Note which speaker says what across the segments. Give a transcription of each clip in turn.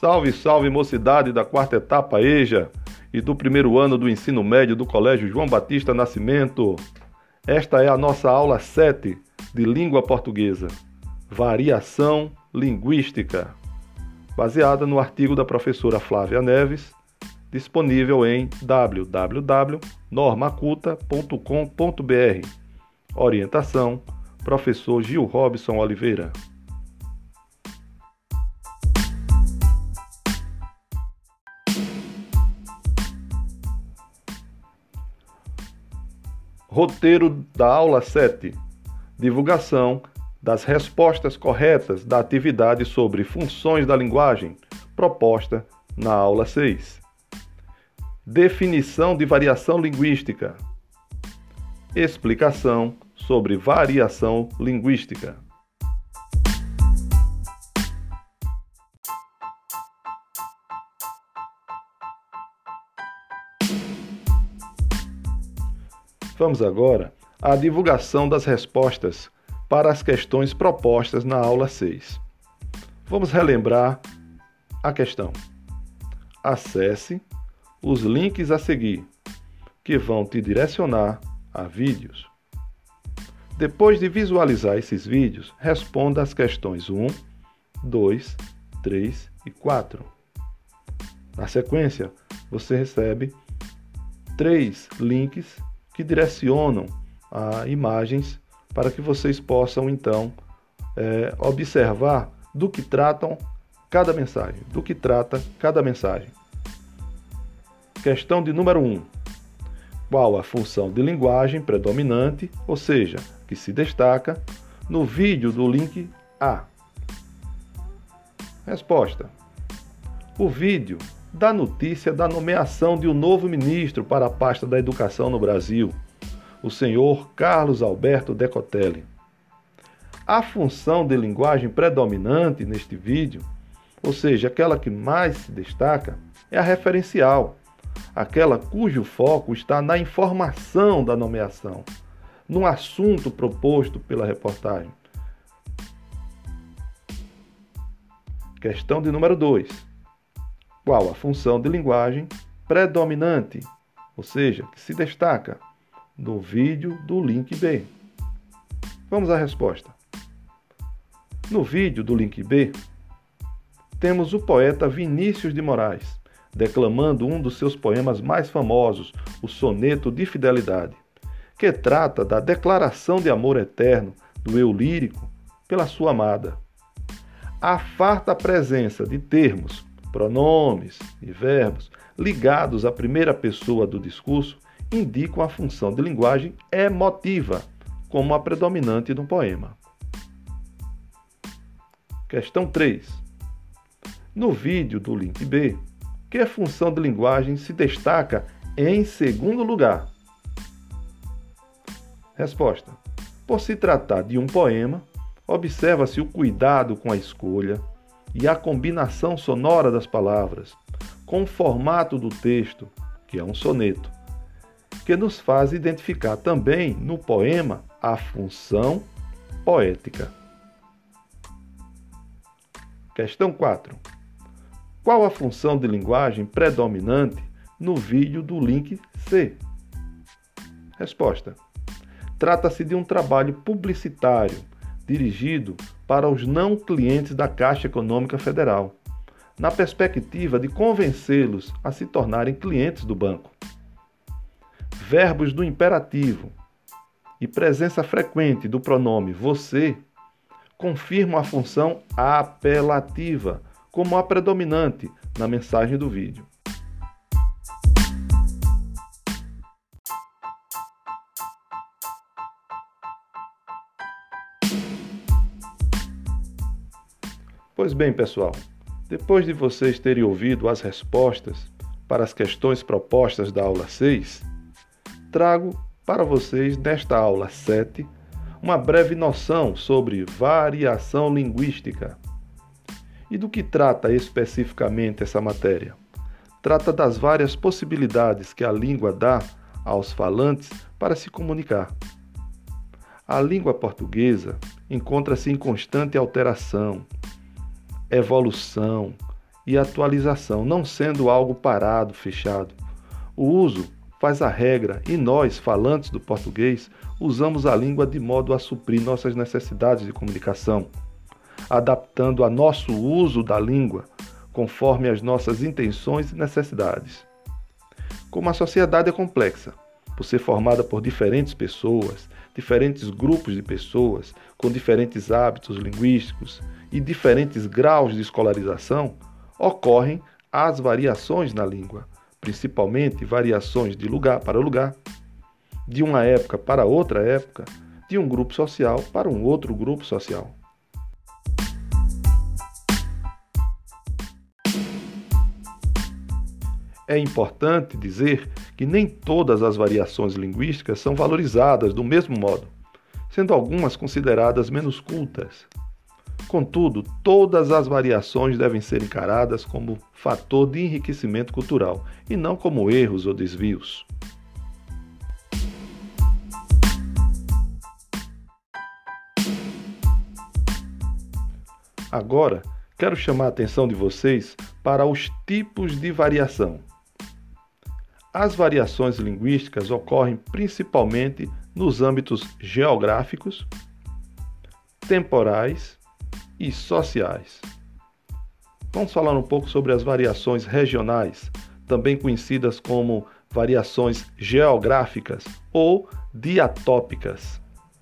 Speaker 1: Salve, salve, mocidade da quarta etapa EJA e do primeiro ano do ensino médio do Colégio João Batista Nascimento. Esta é a nossa aula 7 de língua portuguesa, variação linguística, baseada no artigo da professora Flávia Neves, disponível em www.normaculta.com.br. Orientação, professor Gil Robson Oliveira. Roteiro da aula 7. Divulgação das respostas corretas da atividade sobre funções da linguagem, proposta na aula 6. Definição de variação linguística. Explicação sobre variação linguística. Vamos agora à divulgação das respostas para as questões propostas na aula 6. Vamos relembrar a questão. Acesse os links a seguir, que vão te direcionar a vídeos. Depois de visualizar esses vídeos, responda as questões 1, 2, 3 e 4. Na sequência, você recebe 3 links que direcionam a imagens para que vocês possam, então, observar do que tratam cada mensagem, Questão de número 1. Qual a função de linguagem predominante, ou seja, que se destaca, no vídeo do link A? Resposta. O vídeo dá notícia da nomeação de um novo ministro para a pasta da Educação no Brasil, o senhor Carlos Alberto Decotelli. A função de linguagem predominante neste vídeo, ou seja, aquela que mais se destaca, é a referencial, aquela cujo foco está na informação da nomeação, no assunto proposto pela reportagem. Questão de número 2. Qual a função de linguagem predominante, ou seja, que se dstaca, no vídeo do link B? Vamos à resposta. No vídeo do link B, temos o poeta Vinícius de Moraes, declamando um dos seus poemas mais famosos, o Soneto de Fidelidade, que trata da declaração de amor eterno do eu lírico pela sua amada. A farta presença de termos, pronomes e verbos ligados à primeira pessoa do discurso indicam a função de linguagem emotiva como a predominante no poema. Questão 3. No vídeo do link B, que função de linguagem se destaca em segundo lugar? Resposta. Por se tratar de um poema, observa-se o cuidado com a escolha e a combinação sonora das palavras, com o formato do texto, que é um soneto, que nos faz identificar também no poema a função poética. Questão 4. Qual a função de linguagem predominante no vídeo do link C? Resposta. Trata-se de um trabalho publicitário dirigido para os não clientes da Caixa Econômica Federal, na perspectiva de convencê-los a se tornarem clientes do banco. Verbos do imperativo e presença frequente do pronome você confirmam a função apelativa como a predominante na mensagem do vídeo. Pois bem, pessoal, depois de vocês terem ouvido as respostas para as questões propostas da aula 6, trago para vocês, nesta aula 7, uma breve noção sobre variação linguística. E do que trata especificamente essa matéria? Trata das várias possibilidades que a língua dá aos falantes para se comunicar. A língua portuguesa encontra-se em constante alteração, evolução, e atualização, não sendo algo parado, fechado. O uso faz a regra e nós, falantes do português, usamos a língua de modo a suprir nossas necessidades de comunicação, adaptando a nosso uso da língua conforme as nossas intenções e necessidades. Como a sociedade é complexa, por ser formada por diferentes pessoas, diferentes grupos de pessoas, com diferentes hábitos linguísticos e diferentes graus de escolarização, ocorrem as variações na língua, principalmente variações de lugar para lugar, de uma época para outra época, de um grupo social para um outro grupo social. É importante dizer que nem todas as variações linguísticas são valorizadas do mesmo modo, sendo algumas consideradas menos cultas. Contudo, todas as variações devem ser encaradas como fator de enriquecimento cultural e não como erros ou desvios. Agora, quero chamar a atenção de vocês para os tipos de variação. As variações linguísticas ocorrem principalmente nos âmbitos geográficos, temporais e sociais. Vamos falar um pouco sobre as variações regionais, também conhecidas como variações geográficas ou diatópicas.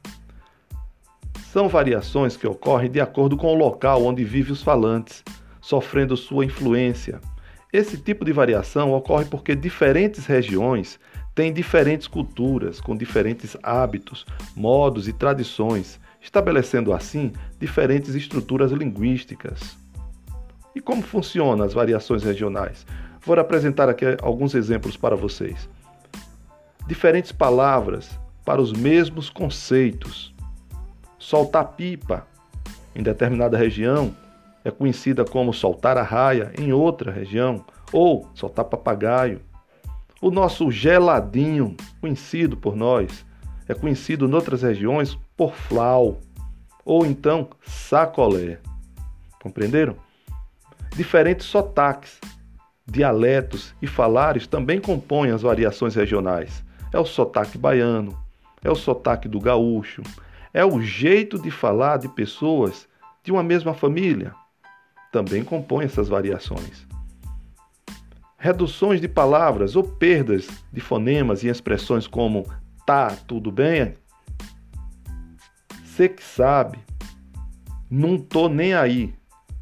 Speaker 1: São variações que ocorrem de acordo com o local onde vivem os falantes, sofrendo sua influência. Esse tipo de variação ocorre porque diferentes regiões têm diferentes culturas, com diferentes hábitos, modos e tradições, estabelecendo assim diferentes estruturas linguísticas. E como funcionam as variações regionais? Vou apresentar aqui alguns exemplos para vocês. Diferentes palavras para os mesmos conceitos. Soltar pipa em determinada região é conhecida como soltar a raia em outra região, ou soltar papagaio. O nosso geladinho, conhecido por nós, é conhecido em outras regiões por flau, ou então sacolé. Compreenderam? Diferentes sotaques, dialetos e falares também compõem as variações regionais. É o sotaque baiano, é o sotaque do gaúcho, é o jeito de falar de pessoas de uma mesma família. Também compõem essas variações. Reduções de palavras ou perdas de fonemas e expressões como tá tudo bem, cê que sabe, não tô nem aí.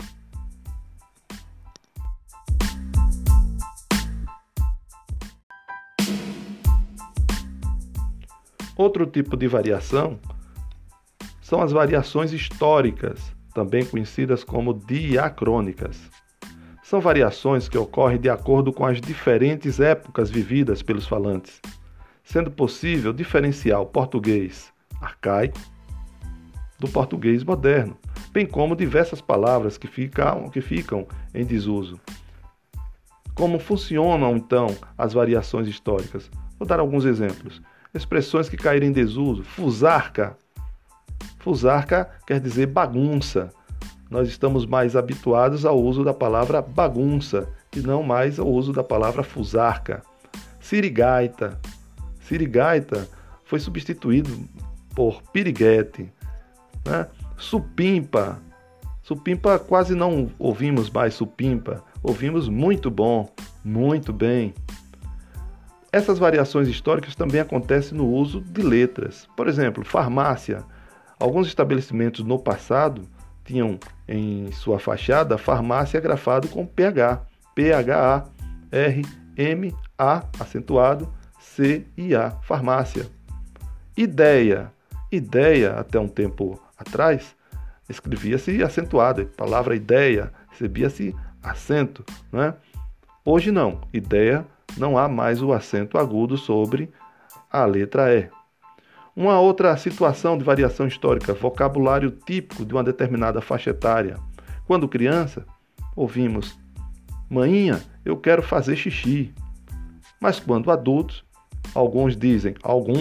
Speaker 1: Outro tipo de variação são as variações históricas, também conhecidas como diacrônicas. São variações que ocorrem de acordo com as diferentes épocas vividas pelos falantes, sendo possível diferenciar o português arcaico do português moderno, bem como diversas palavras que ficam em desuso. Como funcionam, então, as variações históricas? Vou dar alguns exemplos. Expressões que caíram em desuso. Fusarca. Fusarca quer dizer bagunça. Nós estamos mais habituados ao uso da palavra bagunça e não mais ao uso da palavra fusarca. Sirigaita. Sirigaita foi substituído por piriguete. Né? Supimpa. Supimpa quase não ouvimos mais supimpa. Ouvimos muito bom, muito bem. Essas variações históricas também acontecem no uso de letras. Por exemplo, farmácia. Alguns estabelecimentos no passado tinham em sua fachada farmácia grafado com PH, PHA, R, M, A, acentuado, C e A, farmácia. Ideia. Ideia, até um tempo atrás, escrevia-se acentuada. A palavra ideia recebia-se acento. Né? Hoje não. Ideia não há mais o acento agudo sobre a letra E. Uma outra situação de variação histórica, vocabulário típico de uma determinada faixa etária. Quando criança, ouvimos: "Maninha, eu quero fazer xixi". Mas quando adultos, alguns dizem: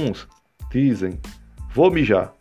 Speaker 1: "Vou mijar".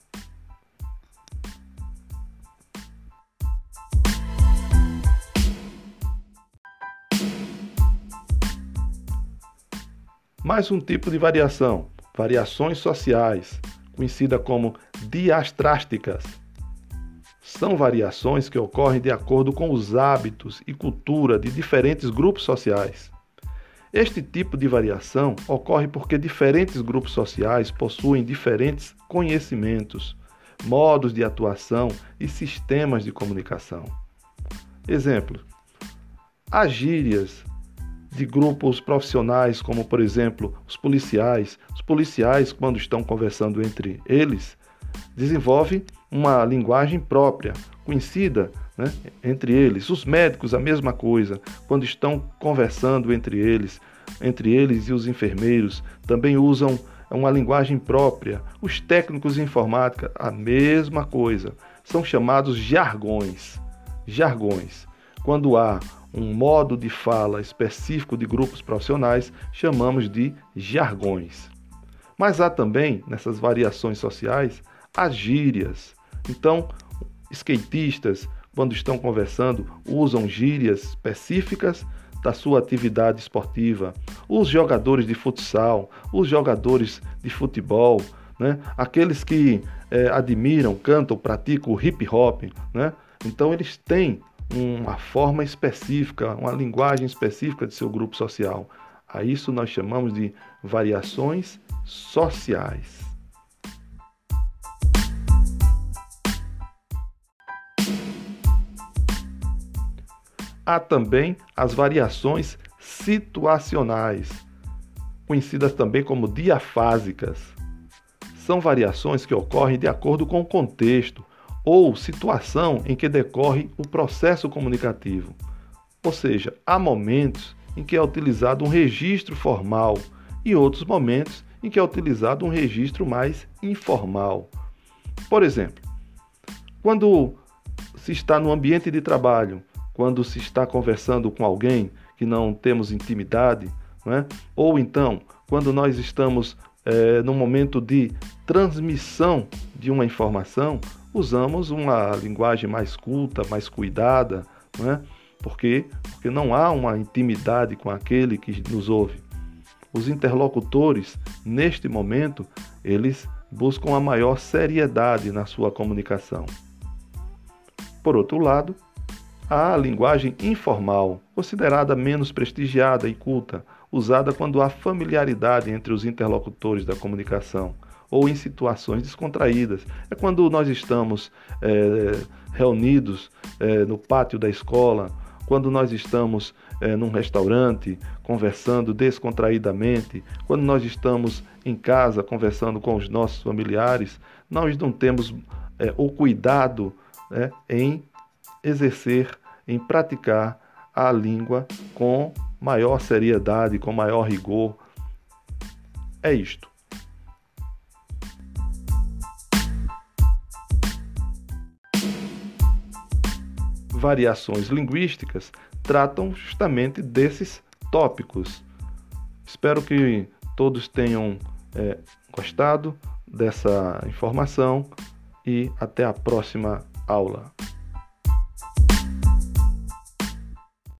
Speaker 1: Mais um tipo de variação, variações sociais, conhecida como diastrásticas. São variações que ocorrem de acordo com os hábitos e cultura de diferentes grupos sociais. Este tipo de variação ocorre porque diferentes grupos sociais possuem diferentes conhecimentos, modos de atuação e sistemas de comunicação. Exemplo: as gírias de grupos profissionais, como por exemplo os policiais. Os policiais, quando estão conversando entre eles, desenvolvem uma linguagem própria, conhecida, né, entre eles. Os médicos, a mesma coisa, quando estão conversando entre eles e os enfermeiros, também usam uma linguagem própria. Os técnicos de informática, a mesma coisa. São chamados jargões. Jargões. Quando há um modo de fala específico de grupos profissionais, chamamos de jargões. Mas há também, nessas variações sociais, as gírias. Então, skatistas, quando estão conversando, usam gírias específicas da sua atividade esportiva. Os jogadores de futsal, os jogadores de futebol, né? Aqueles que admiram, cantam, praticam o hip hop, né? Então, eles têm uma forma específica, uma linguagem específica de seu grupo social. A isso nós chamamos de variações sociais. Há também as variações situacionais, conhecidas também como diafásicas. São variações que ocorrem de acordo com o contexto ou situação em que decorre o processo comunicativo. Ou seja, há momentos em que é utilizado um registro formal e outros momentos em que é utilizado um registro mais informal. Por exemplo, quando se está no ambiente de trabalho, quando se está conversando com alguém que não temos intimidade, né? Ou então, quando nós estamos no momento de transmissão de uma informação, usamos uma linguagem mais culta, mais cuidada, né? Porque não há uma intimidade com aquele que nos ouve. Os interlocutores, neste momento, eles buscam a maior seriedade na sua comunicação. Por outro lado, há a linguagem informal, considerada menos prestigiada e culta, usada quando há familiaridade entre os interlocutores da comunicação ou em situações descontraídas. É quando nós estamos reunidos no pátio da escola, quando nós estamos num restaurante conversando descontraídamente, quando nós estamos em casa conversando com os nossos familiares, nós não temos o cuidado em exercer, em praticar a língua com maior seriedade, com maior rigor. É isto. Variações linguísticas tratam justamente desses tópicos. Espero que todos tenham gostado dessa informação e até a próxima aula.